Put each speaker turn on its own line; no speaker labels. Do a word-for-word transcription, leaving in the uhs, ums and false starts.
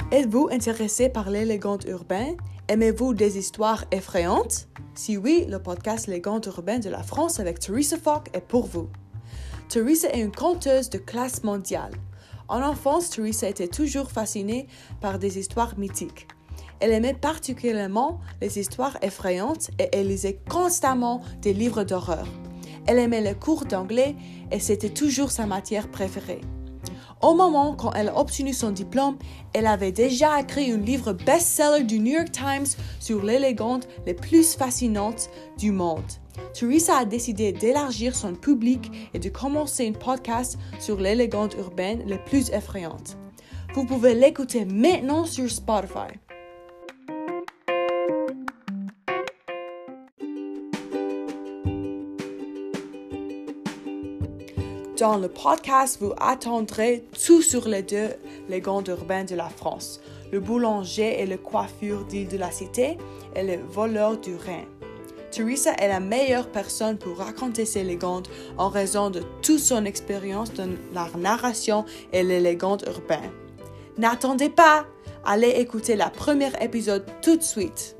Êtes-vous intéressé par l'élégante urbaine? Aimez-vous des histoires effrayantes? Si oui, le podcast L'élégante urbaine de la France avec Teresa Falk est pour vous. Teresa est une conteuse de classe mondiale. En enfance, Teresa était toujours fascinée par des histoires mythiques. Elle aimait particulièrement les histoires effrayantes et elle lisait constamment des livres d'horreur. Elle aimait les cours d'anglais et c'était toujours sa matière préférée. Au moment quand elle a obtenu son diplôme, elle avait déjà écrit un livre best-seller du New York Times sur l'élégante les plus fascinantes du monde. Teresa a décidé d'élargir son public et de commencer un podcast sur l'élégante urbaine les plus effrayantes. Vous pouvez l'écouter maintenant sur Spotify. Dans le podcast, vous attendrez tout sur les deux légendes urbaines de la France, le boulanger et le coiffeur d'Île de la Cité et le voleur du Rhin. Teresa est la meilleure personne pour raconter ces légendes en raison de toute son expérience dans la narration et les légendes urbaines. N'attendez pas, allez écouter le premier épisode tout de suite.